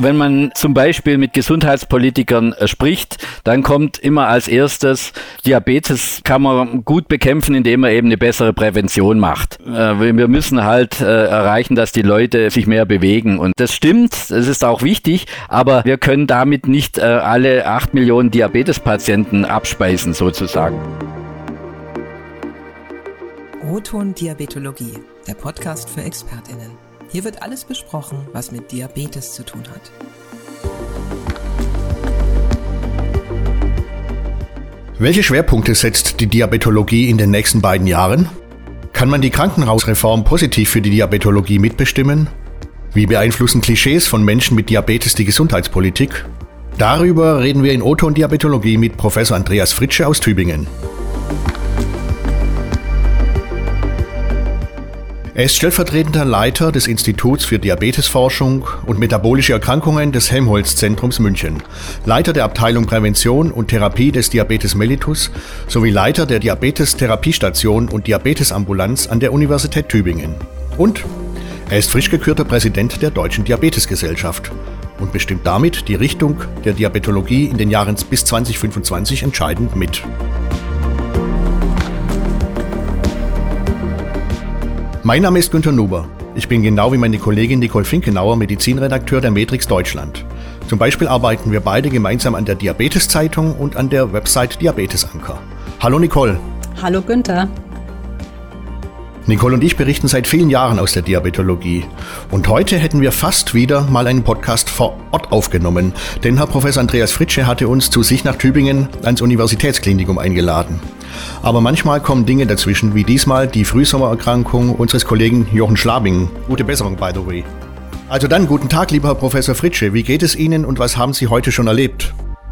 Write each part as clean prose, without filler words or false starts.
Wenn man zum Beispiel mit Gesundheitspolitikern spricht, dann kommt immer als erstes, Diabetes kann man gut bekämpfen, indem man eben eine bessere Prävention macht. Wir müssen halt erreichen, dass die Leute sich mehr bewegen. Und das stimmt, das ist auch wichtig, aber wir können damit nicht alle 8 Millionen Diabetespatienten abspeisen, sozusagen. O-Ton Diabetologie, der Podcast für ExpertInnen. Hier wird alles besprochen, was mit Diabetes zu tun hat. Welche Schwerpunkte setzt die Diabetologie in den nächsten beiden Jahren? Kann man die Krankenhausreform positiv für die Diabetologie mitbestimmen? Wie beeinflussen Klischees von Menschen mit Diabetes die Gesundheitspolitik? Darüber reden wir in O-Ton Diabetologie mit Professor Andreas Fritsche aus Tübingen. Er ist stellvertretender Leiter des Instituts für Diabetesforschung und metabolische Erkrankungen des Helmholtz-Zentrums München, Leiter der Abteilung Prävention und Therapie des Diabetes mellitus sowie Leiter der Diabetes-Therapiestation und Diabetesambulanz an der Universität Tübingen. Und er ist frisch gekürter Präsident der Deutschen Diabetesgesellschaft und bestimmt damit die Richtung der Diabetologie in den Jahren bis 2025 entscheidend mit. Mein Name ist Günter Nuber. Ich bin genau wie meine Kollegin Nicole Finkenauer Medizinredakteur der Matrix Deutschland. Zum Beispiel arbeiten wir beide gemeinsam an der Diabetes-Zeitung und an der Website Diabetesanker. Hallo Nicole. Hallo Günther. Nicole und ich berichten seit vielen Jahren aus der Diabetologie. Und heute hätten wir fast wieder mal einen Podcast vor Ort aufgenommen, denn Herr Professor Andreas Fritsche hatte uns zu sich nach Tübingen ans Universitätsklinikum eingeladen. Aber manchmal kommen Dinge dazwischen, wie diesmal die Frühsommererkrankung unseres Kollegen Jochen Schlabing. Gute Besserung, by the way. Also dann, guten Tag, lieber Herr Professor Fritsche. Wie geht es Ihnen und was haben Sie heute schon erlebt?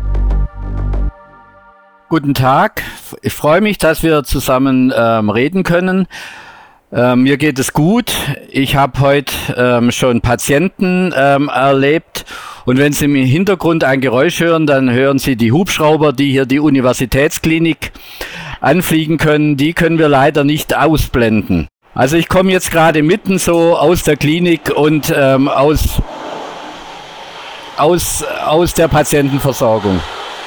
Guten Tag. Ich freue mich, dass wir zusammen reden können. Mir geht es gut. Ich habe heute schon Patienten erlebt. Und wenn Sie im Hintergrund ein Geräusch hören, dann hören Sie die Hubschrauber, die hier die Universitätsklinik anfliegen können. Die können wir leider nicht ausblenden. Also ich komme jetzt gerade mitten so aus der Klinik und aus der Patientenversorgung.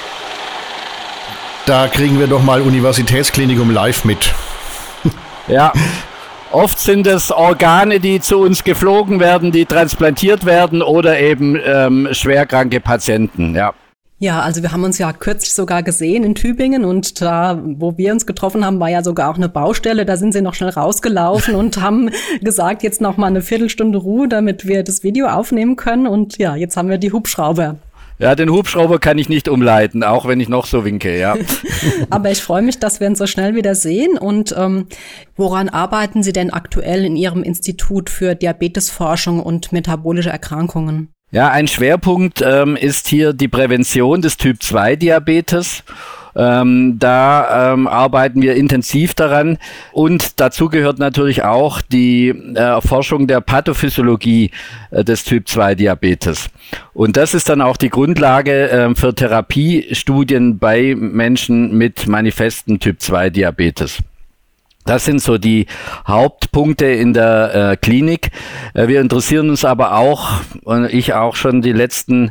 Da kriegen wir doch mal Universitätsklinikum live mit. Ja. Oft sind es Organe, die zu uns geflogen werden, die transplantiert werden oder eben schwerkranke Patienten, ja. Ja, also wir haben uns ja kürzlich sogar gesehen in Tübingen und da, wo wir uns getroffen haben, war ja sogar auch eine Baustelle. Da sind Sie noch schnell rausgelaufen und haben gesagt, jetzt noch mal eine Viertelstunde Ruhe, damit wir das Video aufnehmen können. Und ja, jetzt haben wir die Hubschrauber. Ja, den Hubschrauber kann ich nicht umleiten, auch wenn ich noch so winke, ja. Aber ich freue mich, dass wir uns so schnell wieder sehen. Und woran arbeiten Sie denn aktuell in Ihrem Institut für Diabetesforschung und metabolische Erkrankungen? Ja, ein Schwerpunkt ist hier die Prävention des Typ-2-Diabetes. Da arbeiten wir intensiv daran und dazu gehört natürlich auch die Erforschung der Pathophysiologie des Typ-2-Diabetes. Und das ist dann auch die Grundlage für Therapiestudien bei Menschen mit manifestem Typ-2-Diabetes. Das sind so die Hauptpunkte in der Klinik. Wir interessieren uns aber auch, und ich auch schon die letzten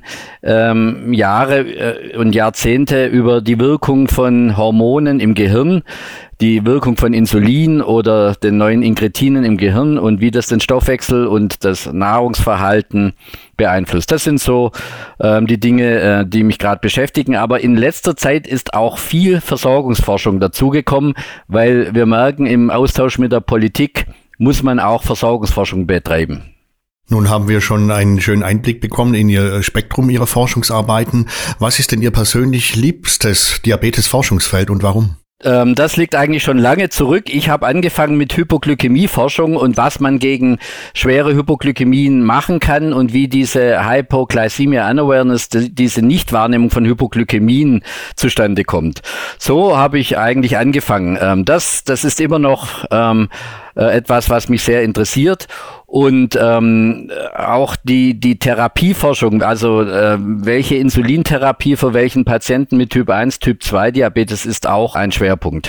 Jahre und Jahrzehnte über die Wirkung von Hormonen im Gehirn, die Wirkung von Insulin oder den neuen Inkretinen im Gehirn und wie das den Stoffwechsel und das Nahrungsverhalten beeinflusst. Das sind so die Dinge, die mich gerade beschäftigen. Aber in letzter Zeit ist auch viel Versorgungsforschung dazugekommen, weil wir merken, im Austausch mit der Politik muss man auch Versorgungsforschung betreiben. Nun haben wir schon einen schönen Einblick bekommen in Ihr Spektrum Ihrer Forschungsarbeiten. Was ist denn Ihr persönlich liebstes Diabetes-Forschungsfeld und warum? Das liegt eigentlich schon lange zurück. Ich habe angefangen mit Hypoglykämie-Forschung und was man gegen schwere Hypoglykämien machen kann und wie diese Hypoglycemia Unawareness, diese Nichtwahrnehmung von Hypoglykämien zustande kommt. So habe ich eigentlich angefangen. Das ist immer noch etwas, was mich sehr interessiert. Und auch die Therapieforschung, also welche Insulintherapie für welchen Patienten mit Typ 1, Typ 2 Diabetes ist auch ein Schwerpunkt.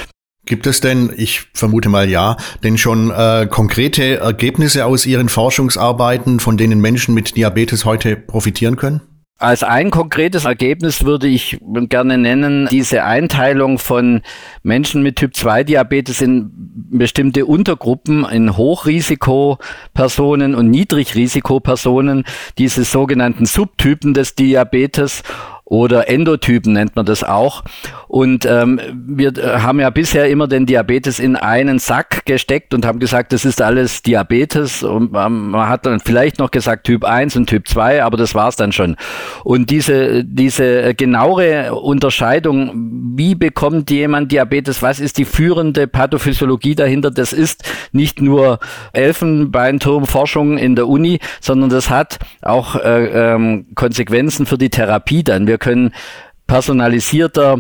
Gibt es denn, ich vermute mal ja, denn schon konkrete Ergebnisse aus Ihren Forschungsarbeiten, von denen Menschen mit Diabetes heute profitieren können? Als ein konkretes Ergebnis würde ich gerne nennen, diese Einteilung von Menschen mit Typ-2-Diabetes in bestimmte Untergruppen, in Hochrisikopersonen und Niedrigrisikopersonen, diese sogenannten Subtypen des Diabetes oder Endotypen nennt man das auch. Und wir haben ja bisher immer den Diabetes in einen Sack gesteckt und haben gesagt, das ist alles Diabetes. Und man hat dann vielleicht noch gesagt Typ 1 und Typ 2, aber das war's dann schon. Und diese genauere Unterscheidung, wie bekommt jemand Diabetes, was ist die führende Pathophysiologie dahinter, das ist nicht nur Elfenbeinturmforschung in der Uni, sondern das hat auch Konsequenzen für die Therapie dann. Wir können personalisierter,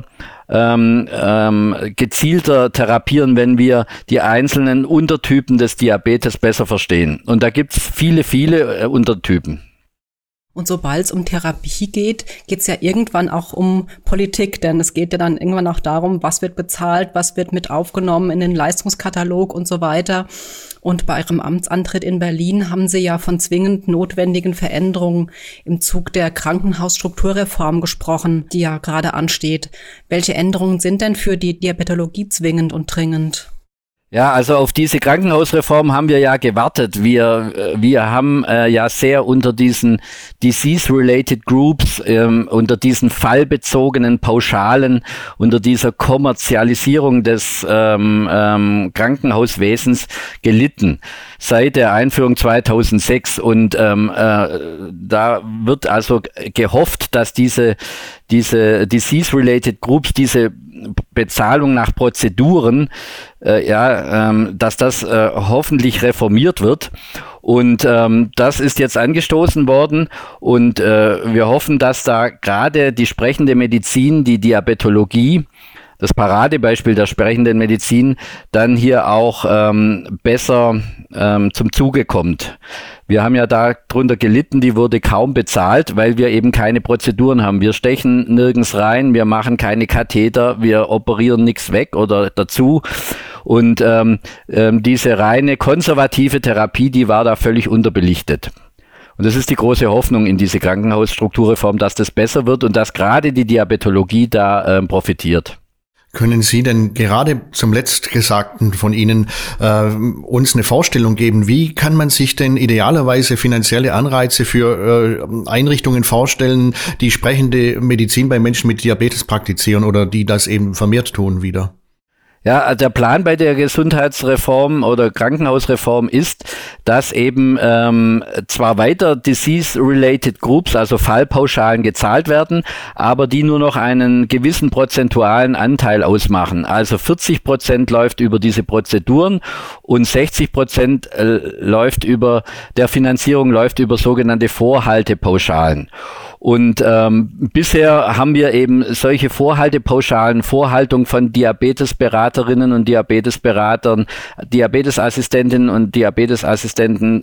gezielter therapieren, wenn wir die einzelnen Untertypen des Diabetes besser verstehen. Und da gibt es viele Untertypen. Und sobald es um Therapie geht, geht es ja irgendwann auch um Politik, denn es geht ja dann irgendwann auch darum, was wird bezahlt, was wird mit aufgenommen in den Leistungskatalog und so weiter. Und bei Ihrem Amtsantritt in Berlin haben Sie ja von zwingend notwendigen Veränderungen im Zug der Krankenhausstrukturreform gesprochen, die ja gerade ansteht. Welche Änderungen sind denn für die Diabetologie zwingend und dringend? Ja, also auf diese Krankenhausreform haben wir ja gewartet. Wir haben ja sehr unter diesen Disease-related Groups, unter diesen fallbezogenen Pauschalen, unter dieser Kommerzialisierung des Krankenhauswesens gelitten seit der Einführung 2006. Und da wird also gehofft, dass diese Disease-related Groups, diese Bezahlung nach Prozeduren, dass das hoffentlich reformiert wird. Und das ist jetzt angestoßen worden und wir hoffen, dass da gerade die sprechende Medizin, die Diabetologie, das Paradebeispiel der sprechenden Medizin, dann hier auch besser zum Zuge kommt. Wir haben ja darunter gelitten, die wurde kaum bezahlt, weil wir eben keine Prozeduren haben. Wir stechen nirgends rein, wir machen keine Katheter, wir operieren nichts weg oder dazu. Und diese reine konservative Therapie, die war da völlig unterbelichtet. Und das ist die große Hoffnung in diese Krankenhausstrukturreform, dass das besser wird und dass gerade die Diabetologie da profitiert. Können Sie denn gerade zum Letztgesagten von Ihnen uns eine Vorstellung geben, wie kann man sich denn idealerweise finanzielle Anreize für Einrichtungen vorstellen, die sprechende Medizin bei Menschen mit Diabetes praktizieren oder die das eben vermehrt tun wieder? Ja, der Plan bei der Gesundheitsreform oder Krankenhausreform ist, dass eben zwar weiter Disease-related Groups, also Fallpauschalen gezahlt werden, aber die nur noch einen gewissen prozentualen Anteil ausmachen. Also 40% läuft über diese Prozeduren und 60% läuft über der Finanzierung läuft über sogenannte Vorhaltepauschalen. Und bisher haben wir eben solche Vorhaltepauschalen, Vorhaltung von Diabetesberaterinnen und Diabetesberatern, Diabetesassistentinnen und Diabetesassistenten,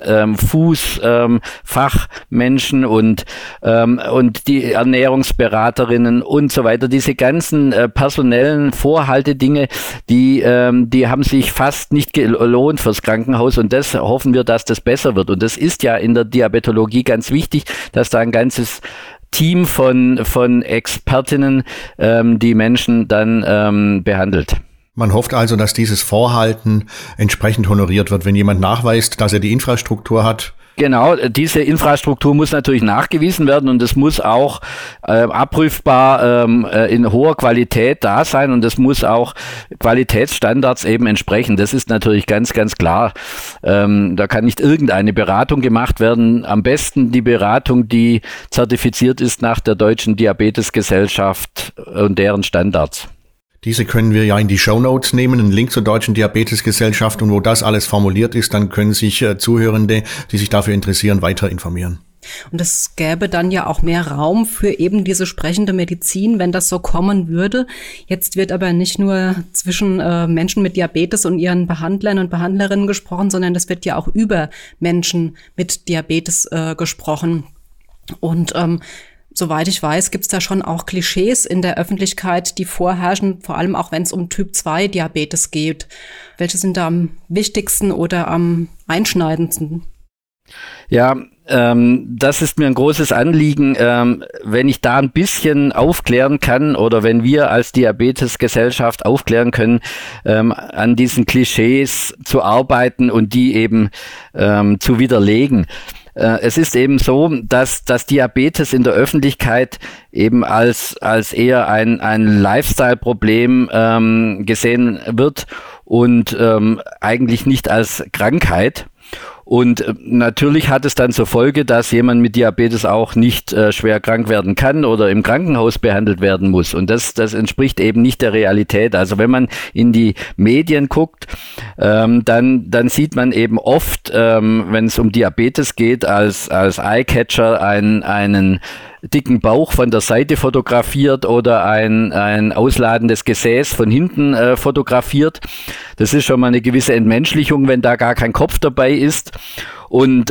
Fachmenschen und die Ernährungsberaterinnen und so weiter. Diese ganzen personellen Vorhaltedinge, die haben sich fast nicht gelohnt fürs Krankenhaus und das hoffen wir, dass das besser wird. Und das ist ja in der Diabetologie ganz wichtig, dass da ein ganzes Team von Expertinnen die Menschen dann behandelt. Man hofft also, dass dieses Vorhalten entsprechend honoriert wird, wenn jemand nachweist, dass er die Infrastruktur hat. Genau, diese Infrastruktur muss natürlich nachgewiesen werden und es muss auch abprüfbar in hoher Qualität da sein und es muss auch Qualitätsstandards eben entsprechen. Das ist natürlich ganz klar. Da kann nicht irgendeine Beratung gemacht werden. Am besten die Beratung, die zertifiziert ist nach der Deutschen Diabetesgesellschaft und deren Standards. Diese können wir ja in die Shownotes nehmen, einen Link zur Deutschen Diabetesgesellschaft und wo das alles formuliert ist, dann können sich Zuhörende, die sich dafür interessieren, weiter informieren. Und es gäbe dann ja auch mehr Raum für eben diese sprechende Medizin, wenn das so kommen würde. Jetzt wird aber nicht nur zwischen Menschen mit Diabetes und ihren Behandlern und Behandlerinnen gesprochen, sondern es wird ja auch über Menschen mit Diabetes gesprochen. Und soweit ich weiß, gibt es da schon auch Klischees in der Öffentlichkeit, die vorherrschen, vor allem auch wenn es um Typ-2-Diabetes geht. Welche sind da am wichtigsten oder am einschneidendsten? Ja, das ist mir ein großes Anliegen, wenn ich da ein bisschen aufklären kann oder wenn wir als Diabetesgesellschaft aufklären können, an diesen Klischees zu arbeiten und die eben zu widerlegen. Es ist eben so, dass Diabetes in der Öffentlichkeit eben als eher ein Lifestyle-Problem gesehen wird und eigentlich nicht als Krankheit. Und natürlich hat es dann zur Folge, dass jemand mit Diabetes auch nicht schwer krank werden kann oder im Krankenhaus behandelt werden muss. Und das entspricht eben nicht der Realität. Also wenn man in die Medien guckt, dann sieht man eben oft, wenn es um Diabetes geht, als Eyecatcher einen dicken Bauch von der Seite fotografiert oder ein ausladendes Gesäß von hinten fotografiert. Das ist schon mal eine gewisse Entmenschlichung, wenn da gar kein Kopf dabei ist. Und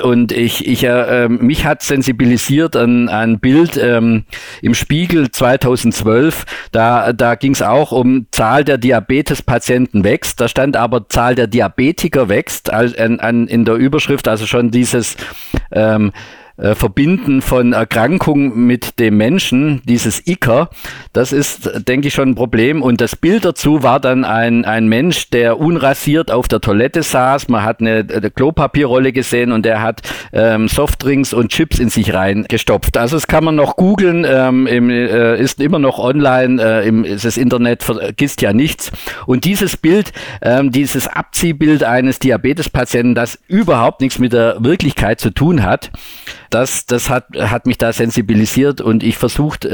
mich hat sensibilisiert ein Bild im Spiegel 2012. Da ging es auch um Zahl der Diabetespatienten wächst. Da stand aber Zahl der Diabetiker wächst in der Überschrift, also schon dieses Verbinden von Erkrankung mit dem Menschen, dieses ICER, das ist, denke ich, schon ein Problem. Und das Bild dazu war dann ein Mensch, der unrasiert auf der Toilette saß. Man hat eine Klopapierrolle gesehen und der hat Softdrinks und Chips in sich reingestopft. Also das kann man noch googeln, ist immer noch online, das Internet vergisst ja nichts. Und dieses Bild, dieses Abziehbild eines Diabetespatienten, das überhaupt nichts mit der Wirklichkeit zu tun hat, das hat mich da sensibilisiert und ich versucht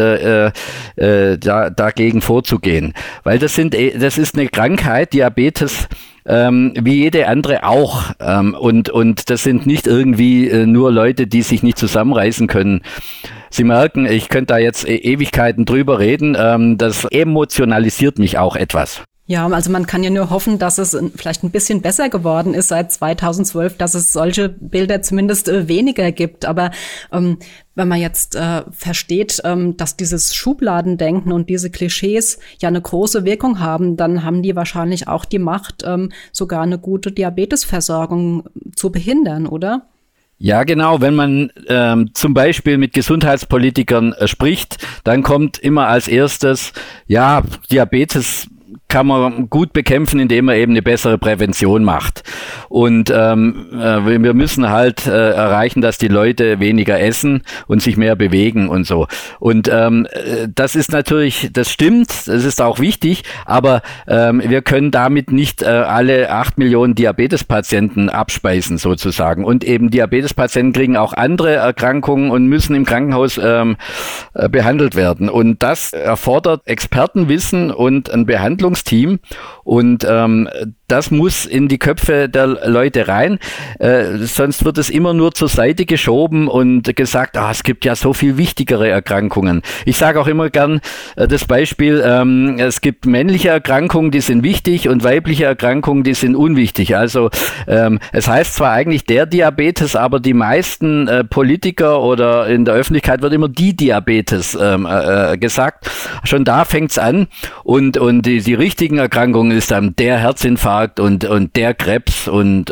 dagegen vorzugehen, weil das ist eine Krankheit, Diabetes, wie jede andere auch, und das sind nicht irgendwie nur Leute, die sich nicht zusammenreißen können. Sie merken, ich könnte da jetzt Ewigkeiten drüber reden, das emotionalisiert mich auch etwas. Ja, also man kann ja nur hoffen, dass es vielleicht ein bisschen besser geworden ist seit 2012, dass es solche Bilder zumindest weniger gibt. Aber wenn man jetzt versteht, dass dieses Schubladendenken und diese Klischees ja eine große Wirkung haben, dann haben die wahrscheinlich auch die Macht, sogar eine gute Diabetesversorgung zu behindern, oder? Ja, genau. Wenn man zum Beispiel mit Gesundheitspolitikern spricht, dann kommt immer als erstes, ja, Diabetes kann man gut bekämpfen, indem man eben eine bessere Prävention macht. Und wir müssen halt erreichen, dass die Leute weniger essen und sich mehr bewegen und so. Und das ist natürlich, das stimmt, das ist auch wichtig, aber wir können damit nicht alle 8 Millionen Diabetespatienten abspeisen sozusagen. Und eben Diabetespatienten kriegen auch andere Erkrankungen und müssen im Krankenhaus behandelt werden. Und das erfordert Expertenwissen und ein Behandlungsteam. Und das muss in die Köpfe der Leute rein, sonst wird es immer nur zur Seite geschoben und gesagt, es gibt ja so viel wichtigere Erkrankungen. Ich sage auch immer gern das Beispiel, es gibt männliche Erkrankungen, die sind wichtig und weibliche Erkrankungen, die sind unwichtig. Also es heißt zwar eigentlich der Diabetes, aber die meisten Politiker oder in der Öffentlichkeit wird immer die Diabetes gesagt. Schon da fängt's an und die richtigen Erkrankungen ist dann der Herzinfarkt und der Krebs und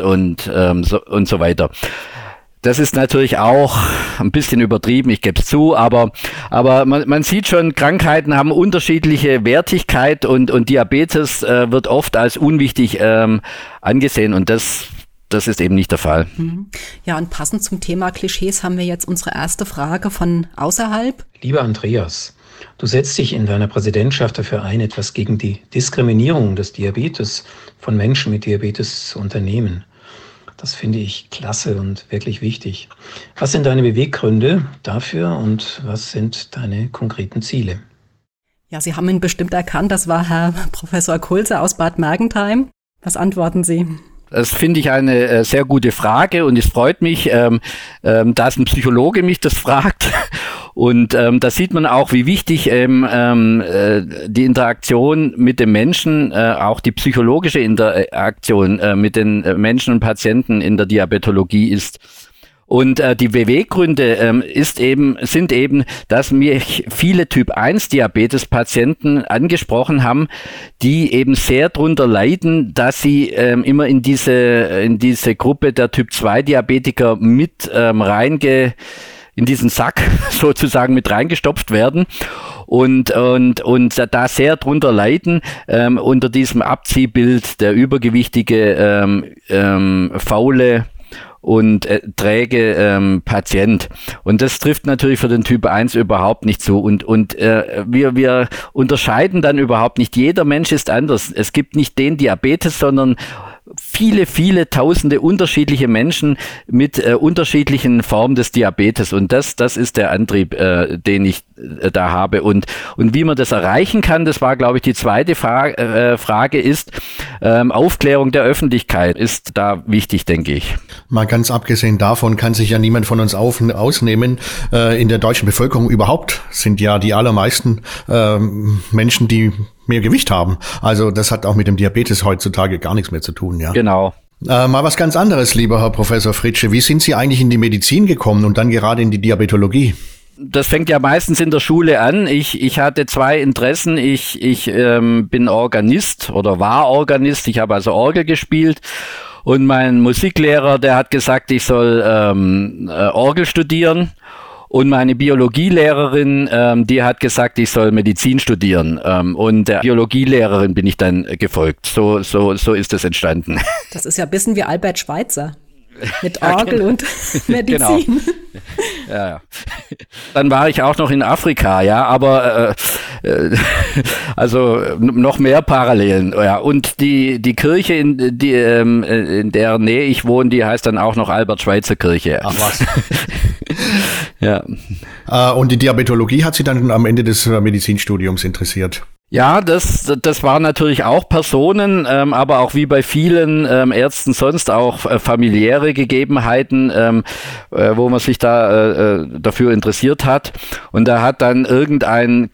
so weiter. Das ist natürlich auch ein bisschen übertrieben, ich gebe es zu, aber man sieht schon, Krankheiten haben unterschiedliche Wertigkeit und Diabetes wird oft als unwichtig angesehen und das ist eben nicht der Fall. Ja, und passend zum Thema Klischees haben wir jetzt unsere erste Frage von außerhalb. Lieber Andreas, du setzt dich in deiner Präsidentschaft dafür ein, etwas gegen die Diskriminierung des Diabetes von Menschen mit Diabetes zu unternehmen. Das finde ich klasse und wirklich wichtig. Was sind deine Beweggründe dafür und was sind deine konkreten Ziele? Ja, Sie haben ihn bestimmt erkannt, das war Herr Professor Kulze aus Bad Mergentheim. Was antworten Sie? Das finde ich eine sehr gute Frage und es freut mich, dass ein Psychologe mich das fragt. Und da sieht man auch, wie wichtig die Interaktion mit dem Menschen, auch die psychologische Interaktion mit den Menschen und Patienten in der Diabetologie ist. Und die Beweggründe sind eben, dass mich viele Typ-1-Diabetes-Patienten angesprochen haben, die eben sehr drunter leiden, dass sie immer in diese Gruppe der Typ-2-Diabetiker mit in diesen Sack sozusagen mit reingestopft werden und da sehr drunter leiden unter diesem Abziehbild der übergewichtige, faule und träge Patient. Und das trifft natürlich für den Typ 1 überhaupt nicht zu. Und wir unterscheiden dann überhaupt nicht. Jeder Mensch ist anders. Es gibt nicht den Diabetes, sondern viele, viele tausende unterschiedliche Menschen mit unterschiedlichen Formen des Diabetes. Und das ist der Antrieb, den ich da habe. Und wie man das erreichen kann, das war, glaube ich, die zweite Frage ist, Aufklärung der Öffentlichkeit ist da wichtig, denke ich. Mal ganz abgesehen davon kann sich ja niemand von uns ausnehmen. In der deutschen Bevölkerung überhaupt sind ja die allermeisten Menschen, die mehr Gewicht haben. Also das hat auch mit dem Diabetes heutzutage gar nichts mehr zu tun, ja. Genau. Mal was ganz anderes, lieber Herr Professor Fritsche. Wie sind Sie eigentlich in die Medizin gekommen und dann gerade in die Diabetologie? Das fängt ja meistens in der Schule an. Ich hatte zwei Interessen. Ich bin Organist oder war Organist. Ich habe also Orgel gespielt. Und mein Musiklehrer, der hat gesagt, ich soll Orgel studieren. Und meine Biologielehrerin, die hat gesagt, ich soll Medizin studieren. Und der Biologielehrerin bin ich dann gefolgt. So ist es entstanden. Das ist ja ein bisschen wie Albert Schweitzer. Mit Orgel und Medizin. Genau. Ja. Dann war ich auch noch in Afrika, ja, aber also noch mehr Parallelen. Ja. Und die Kirche, in der Nähe ich wohne, die heißt dann auch noch Albert-Schweitzer-Kirche. Ach was. Ja. Und die Diabetologie hat Sie dann am Ende des Medizinstudiums interessiert? Ja, das waren natürlich auch Personen, aber auch wie bei vielen Ärzten sonst auch familiäre Gegebenheiten, wo man sich da dafür interessiert hat. Und da hat dann ein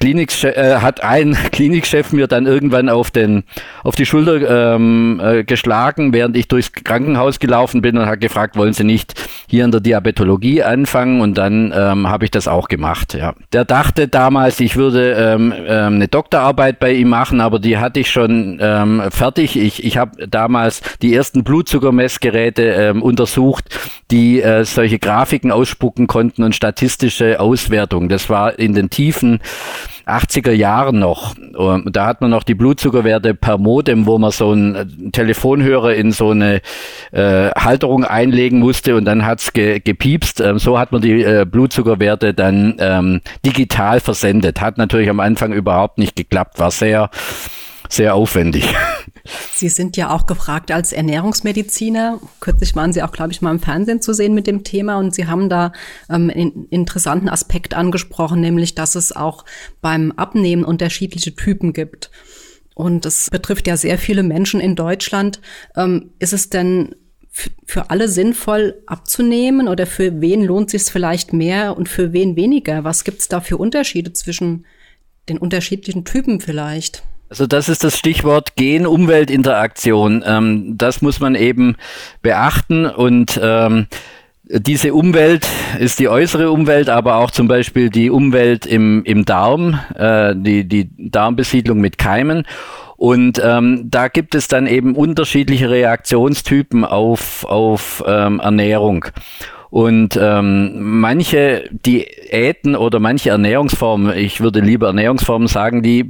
Klinikchef mir dann irgendwann auf die Schulter geschlagen, während ich durchs Krankenhaus gelaufen bin und hat gefragt, wollen Sie nicht hier in der Diabetologie anfangen? Und dann habe ich das auch gemacht. Ja. Der dachte damals, ich würde eine Doktorarbeit bei ihm machen, aber die hatte ich schon fertig. Ich habe damals die ersten Blutzuckermessgeräte untersucht, die solche Grafiken ausspucken konnten und statistische Auswertungen. Das war in den tiefen 80er Jahren noch. Da hat man noch die Blutzuckerwerte per Modem, wo man so einen Telefonhörer in so eine Halterung einlegen musste und dann hat's gepiepst. So hat man die Blutzuckerwerte dann digital versendet. Hat natürlich am Anfang überhaupt nicht geklappt, war sehr, sehr aufwendig. Sie sind ja auch gefragt als Ernährungsmediziner. Kürzlich waren Sie auch, glaube ich, mal im Fernsehen zu sehen mit dem Thema und Sie haben da einen interessanten Aspekt angesprochen, nämlich, dass es auch beim Abnehmen unterschiedliche Typen gibt. Und das betrifft ja sehr viele Menschen in Deutschland. Ist es denn für alle sinnvoll abzunehmen oder für wen lohnt es sich vielleicht mehr und für wen weniger? Was gibt es da für Unterschiede zwischen den unterschiedlichen Typen vielleicht? Also das ist das Stichwort Gen-Umwelt-Interaktion. Das muss man eben beachten und diese Umwelt ist die äußere Umwelt, aber auch zum Beispiel die Umwelt im Darm, die Darmbesiedlung mit Keimen. Und da gibt es dann eben unterschiedliche Reaktionstypen auf Ernährung. Und manche Diäten oder manche Ernährungsformen, ich würde lieber Ernährungsformen sagen, die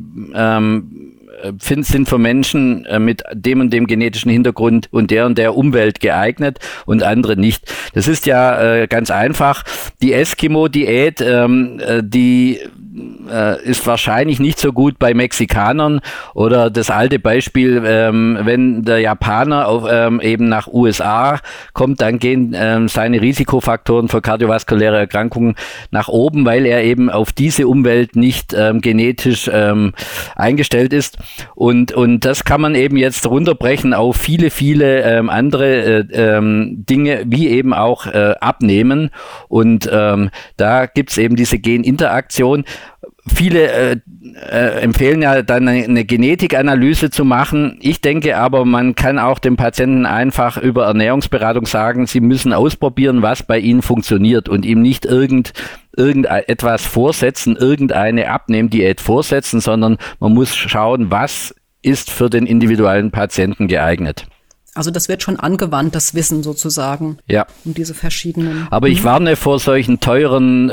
sind für Menschen mit dem und dem genetischen Hintergrund und der Umwelt geeignet und andere nicht. Das ist ja ganz einfach. Die Eskimo-Diät, die ist wahrscheinlich nicht so gut bei Mexikanern oder das alte Beispiel, wenn der Japaner eben nach USA kommt, dann gehen seine Risikofaktoren für kardiovaskuläre Erkrankungen nach oben, weil er eben auf diese Umwelt nicht genetisch eingestellt ist. Und das kann man eben jetzt runterbrechen auf viele, viele andere Dinge, wie eben auch Abnehmen. Und da gibt's eben diese Geninteraktion. Viele empfehlen ja dann eine Genetikanalyse zu machen. Ich denke aber, man kann auch dem Patienten einfach über Ernährungsberatung sagen, sie müssen ausprobieren, was bei ihnen funktioniert und ihm nicht irgendetwas vorsetzen, irgendeine Abnehmdiät vorsetzen, sondern man muss schauen, was ist für den individuellen Patienten geeignet. Also das wird schon angewandt, das Wissen sozusagen. Ja. Um diese verschiedenen. Aber ich warne vor solchen teuren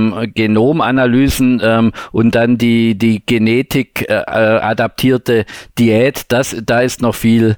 Genomanalysen und dann die Genetik adaptierte Diät. Da ist noch viel,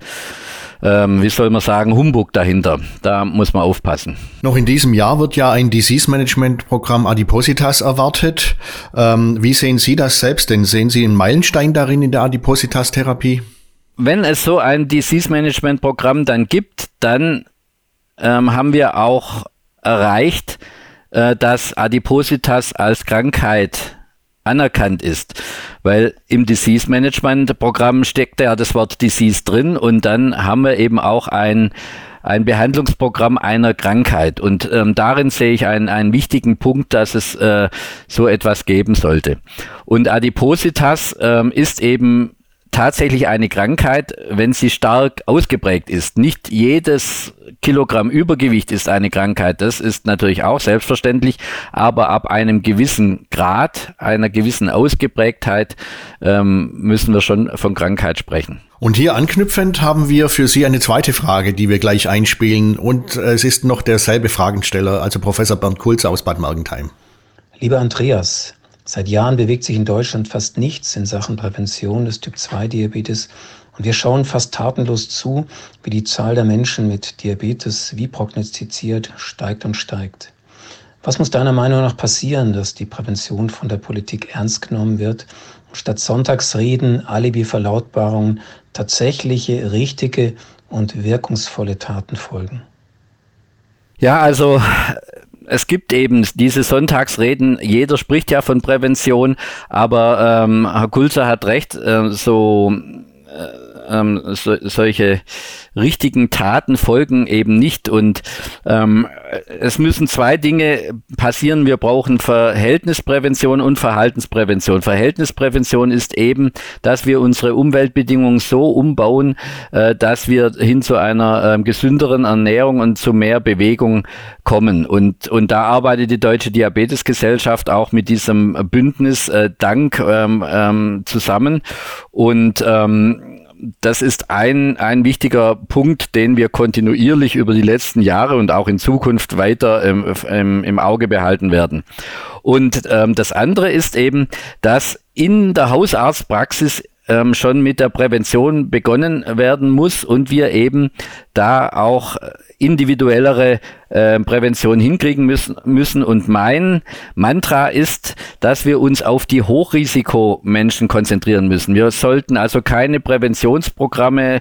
wie soll man sagen, Humbug dahinter. Da muss man aufpassen. Noch in diesem Jahr wird ja ein Disease-Management-Programm Adipositas erwartet. Wie sehen Sie das selbst denn? Sehen Sie einen Meilenstein darin in der Adipositas-Therapie? Wenn es so ein Disease-Management-Programm dann gibt, dann haben wir auch erreicht, dass Adipositas als Krankheit anerkannt ist. Weil im Disease-Management-Programm steckt ja das Wort Disease drin und dann haben wir eben auch ein Behandlungsprogramm einer Krankheit. Und darin sehe ich einen wichtigen Punkt, dass es so etwas geben sollte. Und Adipositas ist eben tatsächlich eine Krankheit, wenn sie stark ausgeprägt ist. Nicht jedes Kilogramm Übergewicht ist eine Krankheit, das ist natürlich auch selbstverständlich, aber ab einem gewissen Grad, einer gewissen Ausgeprägtheit müssen wir schon von Krankheit sprechen. Und hier anknüpfend haben wir für Sie eine zweite Frage, die wir gleich einspielen und es ist noch derselbe Fragensteller, also Professor Bernd Kulze aus Bad Mergentheim. Lieber Andreas, seit Jahren bewegt sich in Deutschland fast nichts in Sachen Prävention des Typ-2-Diabetes und wir schauen fast tatenlos zu, wie die Zahl der Menschen mit Diabetes, wie prognostiziert, steigt und steigt. Was muss deiner Meinung nach passieren, dass die Prävention von der Politik ernst genommen wird und statt Sonntagsreden, Alibi-Verlautbarungen tatsächliche, richtige und wirkungsvolle Taten folgen? Ja, also es gibt eben diese Sonntagsreden, jeder spricht ja von Prävention, aber Herr Kulzer hat recht, solche richtigen Taten folgen eben nicht und es müssen zwei Dinge passieren. Wir brauchen Verhältnisprävention und Verhaltensprävention. Verhältnisprävention ist eben, dass wir unsere Umweltbedingungen so umbauen, dass wir hin zu einer gesünderen Ernährung und zu mehr Bewegung kommen. Und da arbeitet die Deutsche Diabetesgesellschaft auch mit diesem Bündnis Dank zusammen und das ist ein wichtiger Punkt, den wir kontinuierlich über die letzten Jahre und auch in Zukunft weiter im Auge behalten werden. Und das andere ist eben, dass in der Hausarztpraxis schon mit der Prävention begonnen werden muss und wir eben da auch individuellere Prävention hinkriegen müssen. Und mein Mantra ist, dass wir uns auf die Hochrisikomenschen konzentrieren müssen. Wir sollten also keine Präventionsprogramme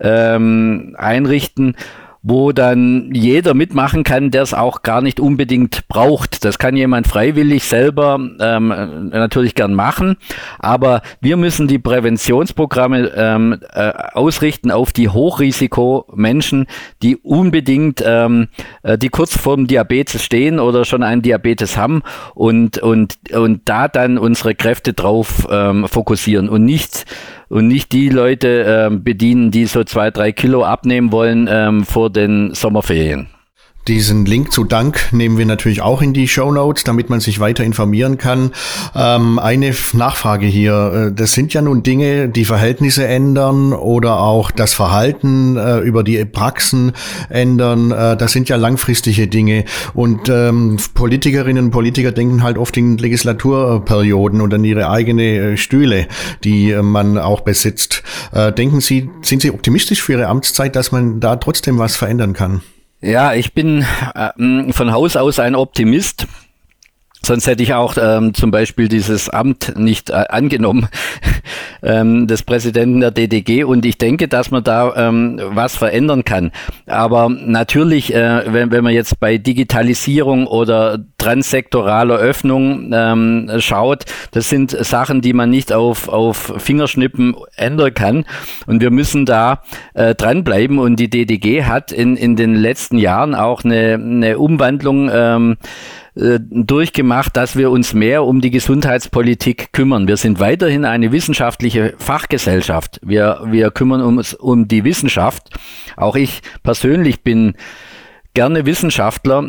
einrichten, wo dann jeder mitmachen kann, der es auch gar nicht unbedingt braucht. Das kann jemand freiwillig selber natürlich gern machen, aber wir müssen die Präventionsprogramme ausrichten auf die Hochrisikomenschen, die unbedingt, die kurz vorm Diabetes stehen oder schon einen Diabetes haben und da dann unsere Kräfte drauf fokussieren und nicht die Leute bedienen, die so 2-3 Kilo abnehmen wollen vor den Sommerferien. Diesen Link zu Dank nehmen wir natürlich auch in die Shownotes, damit man sich weiter informieren kann. Eine Nachfrage hier. Das sind ja nun Dinge, die Verhältnisse ändern oder auch das Verhalten über die Praxen ändern. Das sind ja langfristige Dinge. Und Politikerinnen und Politiker denken halt oft in Legislaturperioden und an ihre eigene Stühle, die man auch besitzt. Sind Sie optimistisch für Ihre Amtszeit, dass man da trotzdem was verändern kann? Ja, ich bin von Haus aus ein Optimist. Sonst hätte ich auch zum Beispiel dieses Amt nicht angenommen, des Präsidenten der DDG. Und ich denke, dass man da was verändern kann. Aber natürlich, wenn man jetzt bei Digitalisierung oder transsektoraler Öffnung schaut, das sind Sachen, die man nicht auf Fingerschnippen ändern kann. Und wir müssen da dranbleiben. Und die DDG hat in den letzten Jahren auch eine Umwandlung durchgemacht, dass wir uns mehr um die Gesundheitspolitik kümmern. Wir sind weiterhin eine wissenschaftliche Fachgesellschaft. Wir kümmern uns um die Wissenschaft. Auch ich persönlich bin gerne Wissenschaftler.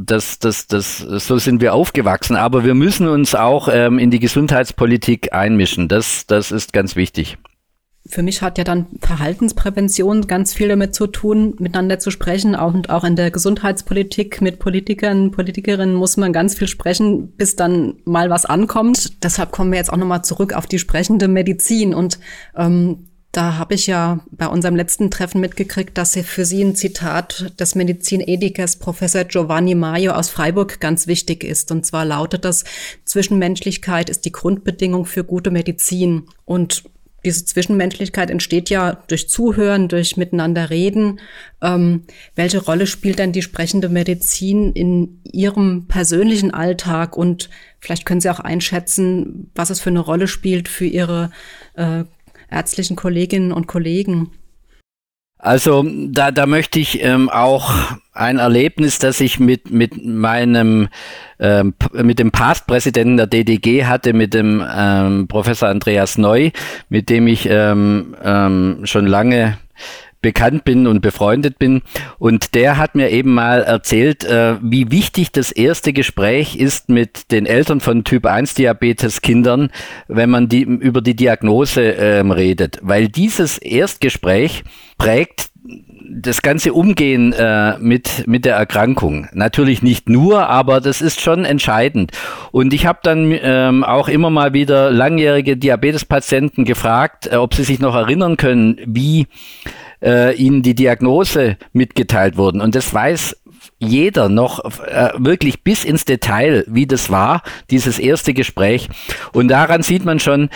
So sind wir aufgewachsen. Aber wir müssen uns auch in die Gesundheitspolitik einmischen. Das ist ganz wichtig. Für mich hat ja dann Verhaltensprävention ganz viel damit zu tun, miteinander zu sprechen. Und auch in der Gesundheitspolitik mit Politikern, Politikerinnen muss man ganz viel sprechen, bis dann mal was ankommt. Deshalb kommen wir jetzt auch nochmal zurück auf die sprechende Medizin. Und da habe ich ja bei unserem letzten Treffen mitgekriegt, dass für Sie ein Zitat des Medizinethikers Professor Giovanni Maio aus Freiburg ganz wichtig ist. Und zwar lautet das: Zwischenmenschlichkeit ist die Grundbedingung für gute Medizin. Und diese Zwischenmenschlichkeit entsteht ja durch Zuhören, durch Miteinander reden. Welche Rolle spielt denn die sprechende Medizin in Ihrem persönlichen Alltag? Und vielleicht können Sie auch einschätzen, was es für eine Rolle spielt für Ihre ärztlichen Kolleginnen und Kollegen. Also da möchte ich auch ein Erlebnis, das ich mit dem Past-Präsidenten der DDG hatte, mit dem Professor Andreas Neu, mit dem ich schon lange bekannt bin und befreundet bin. Und der hat mir eben mal erzählt, wie wichtig das erste Gespräch ist mit den Eltern von Typ-1-Diabetes-Kindern, wenn man über die Diagnose redet. Weil dieses Erstgespräch prägt das ganze Umgehen mit der Erkrankung. Natürlich nicht nur, aber das ist schon entscheidend. Und ich habe dann auch immer mal wieder langjährige Diabetespatienten gefragt, ob sie sich noch erinnern können, wie ihnen die Diagnose mitgeteilt wurden. Und das weiß jeder noch wirklich bis ins Detail, wie das war, dieses erste Gespräch. Und daran sieht man schon,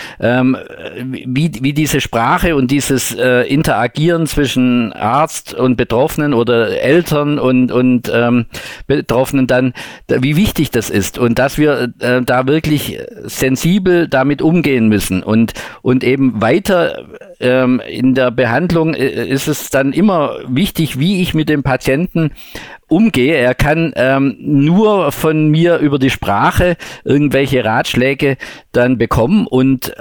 wie diese Sprache und dieses Interagieren zwischen Arzt und Betroffenen oder Eltern und Betroffenen dann, wie wichtig das ist und dass wir da wirklich sensibel damit umgehen müssen und eben weiter in der Behandlung ist es dann immer wichtig, wie ich mit dem Patienten umgehe. Er kann nur von mir über die Sprache irgendwelche Ratschläge dann bekommen und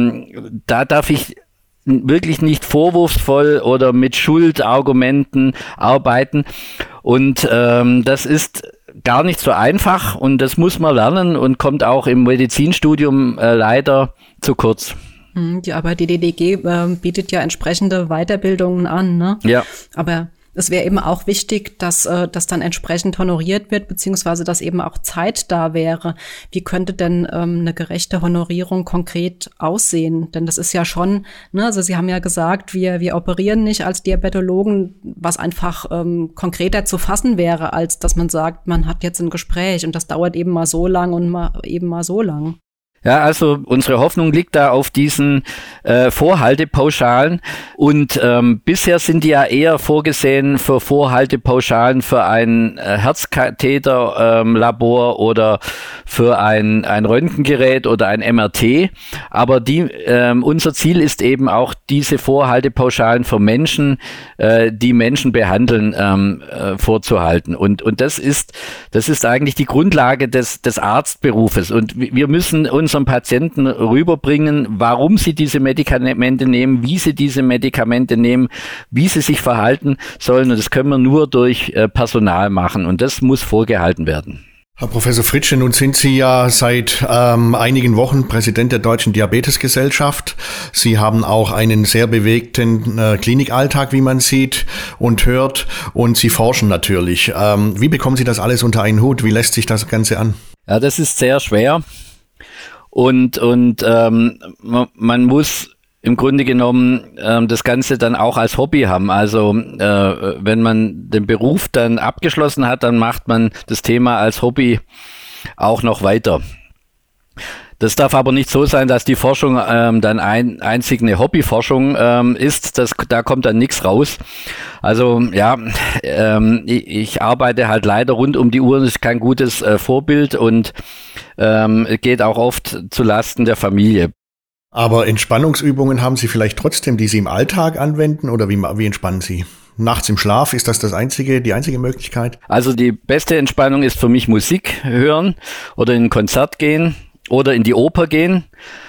da darf ich wirklich nicht vorwurfsvoll oder mit Schuldargumenten arbeiten und das ist gar nicht so einfach und das muss man lernen und kommt auch im Medizinstudium leider zu kurz. Ja, aber die DDG bietet ja entsprechende Weiterbildungen an, ne? Ja. Aber es wäre eben auch wichtig, dass das dann entsprechend honoriert wird, beziehungsweise dass eben auch Zeit da wäre. Wie könnte denn eine gerechte Honorierung konkret aussehen? Denn das ist ja schon, ne, also Sie haben ja gesagt, wir operieren nicht als Diabetologen, was einfach konkreter zu fassen wäre, als dass man sagt, man hat jetzt ein Gespräch und das dauert eben mal so lang und mal so lang. Ja, also unsere Hoffnung liegt da auf diesen Vorhaltepauschalen und bisher sind die ja eher vorgesehen für Vorhaltepauschalen für ein Herzkatheterlabor oder für ein Röntgengerät oder ein MRT, aber unser Ziel ist eben auch diese Vorhaltepauschalen für Menschen, die Menschen behandeln, vorzuhalten und das ist eigentlich die Grundlage des Arztberufes und wir müssen unseren Patienten rüberbringen, warum sie diese Medikamente nehmen, wie sie diese Medikamente nehmen, wie sie sich verhalten sollen. Und das können wir nur durch Personal machen. Und das muss vorgehalten werden. Herr Professor Fritsche, nun sind Sie ja seit einigen Wochen Präsident der Deutschen Diabetesgesellschaft. Sie haben auch einen sehr bewegten Klinikalltag, wie man sieht und hört. Und Sie forschen natürlich. Wie bekommen Sie das alles unter einen Hut? Wie lässt sich das Ganze an? Ja, das ist sehr schwer. Und man muss im Grunde genommen das Ganze dann auch als Hobby haben. Also wenn man den Beruf dann abgeschlossen hat, dann macht man das Thema als Hobby auch noch weiter. Das darf aber nicht so sein, dass die Forschung dann einzig eine Hobbyforschung ist. Da kommt dann nichts raus. Also ja, ich arbeite halt leider rund um die Uhr. Das ist kein gutes Vorbild und geht auch oft zu Lasten der Familie. Aber Entspannungsübungen haben Sie vielleicht trotzdem, die Sie im Alltag anwenden, oder wie entspannen Sie? Nachts im Schlaf, ist das die einzige Möglichkeit? Also die beste Entspannung ist für mich Musik hören oder in ein Konzert gehen oder in die Oper gehen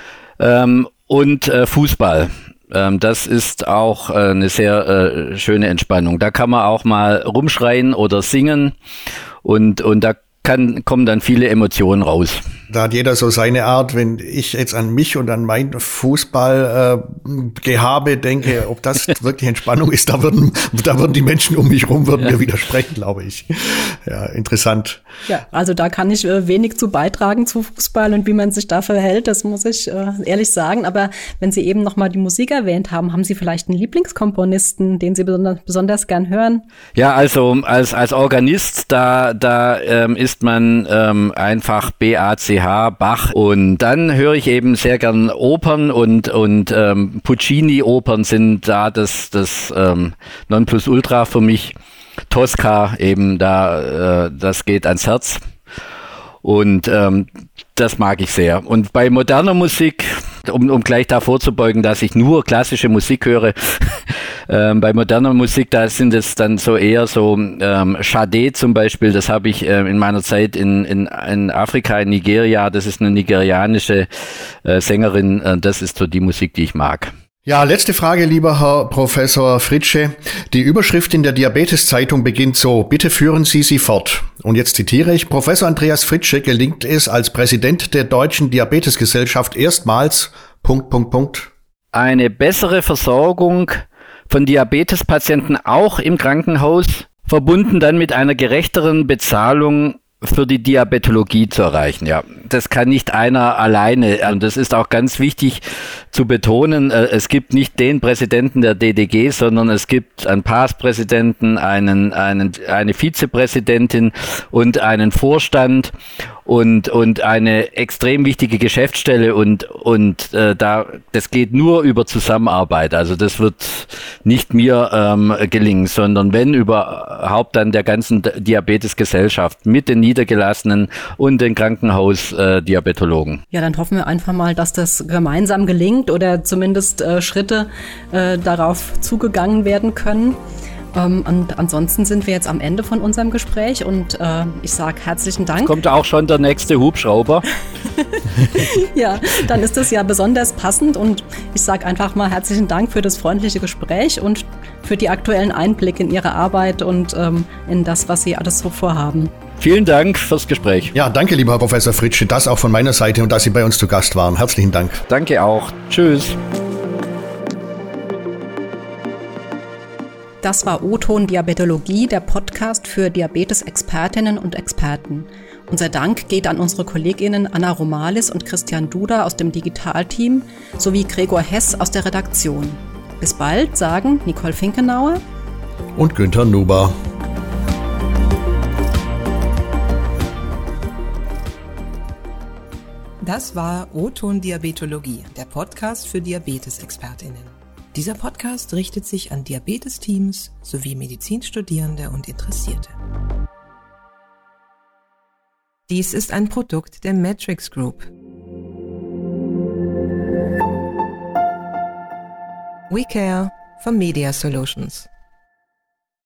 und Fußball. Das ist auch eine sehr schöne Entspannung. Da kann man auch mal rumschreien oder singen und da kommen dann viele Emotionen raus. Da hat jeder so seine Art. Wenn ich jetzt an mich und an mein Fußballgehabe denke, ob das wirklich Entspannung ist, da würden die Menschen um mich rum mir widersprechen, glaube ich. Ja, interessant. Ja, also da kann ich wenig zu beitragen zu Fußball und wie man sich da verhält, das muss ich ehrlich sagen. Aber wenn Sie eben nochmal die Musik erwähnt haben Sie vielleicht einen Lieblingskomponisten, den Sie besonders gern hören? Ja, also als Organist, da ist man einfach BACH, Bach, und dann höre ich eben sehr gern Opern und Puccini-Opern sind da das Nonplusultra für mich. Tosca eben, das geht ans Herz und das mag ich sehr. Und bei moderner Musik, um gleich da vorzubeugen, dass ich nur klassische Musik höre, bei moderner Musik, da sind es dann so eher so Sade zum Beispiel, das habe ich in meiner Zeit in Afrika, in Nigeria, das ist eine nigerianische Sängerin, das ist so die Musik, die ich mag. Ja, letzte Frage, lieber Herr Professor Fritsche. Die Überschrift in der Diabetes-Zeitung beginnt so: Bitte führen Sie sie fort. Und jetzt zitiere ich: Professor Andreas Fritsche gelingt es als Präsident der Deutschen Diabetesgesellschaft erstmals... Eine bessere Versorgung von Diabetespatienten auch im Krankenhaus, verbunden dann mit einer gerechteren Bezahlung für die Diabetologie zu erreichen. Ja, das kann nicht einer alleine. Und das ist auch ganz wichtig zu betonen. Es gibt nicht den Präsidenten der DDG, sondern es gibt einen PAS-Präsidenten, eine Vizepräsidentin und einen Vorstand und eine extrem wichtige Geschäftsstelle und das geht nur über Zusammenarbeit. Also das wird nicht mir gelingen, sondern wenn überhaupt dann der ganzen Diabetesgesellschaft mit den Niedergelassenen und den Krankenhausdiabetologen. Ja, dann hoffen wir einfach mal, dass das gemeinsam gelingt oder zumindest Schritte darauf zugegangen werden können. Und ansonsten sind wir jetzt am Ende von unserem Gespräch und ich sage herzlichen Dank. Kommt auch schon der nächste Hubschrauber. Ja, dann ist das ja besonders passend und ich sage einfach mal herzlichen Dank für das freundliche Gespräch und für die aktuellen Einblicke in Ihre Arbeit und in das, was Sie alles so vorhaben. Vielen Dank fürs Gespräch. Ja, danke, lieber Herr Professor Fritsche, das auch von meiner Seite und dass Sie bei uns zu Gast waren. Herzlichen Dank. Danke auch. Tschüss. Das war O-Ton Diabetologie, der Podcast für Diabetes-Expertinnen und Experten. Unser Dank geht an unsere KollegInnen Anna Romalis und Christian Duda aus dem Digitalteam sowie Gregor Hess aus der Redaktion. Bis bald, sagen Nicole Finkenauer und Günther Nuber. Das war O-Ton Diabetologie, der Podcast für Diabetes-ExpertInnen. Dieser Podcast richtet sich an Diabetesteams sowie Medizinstudierende und Interessierte. Dies ist ein Produkt der Matrix Group. We care for Media Solutions.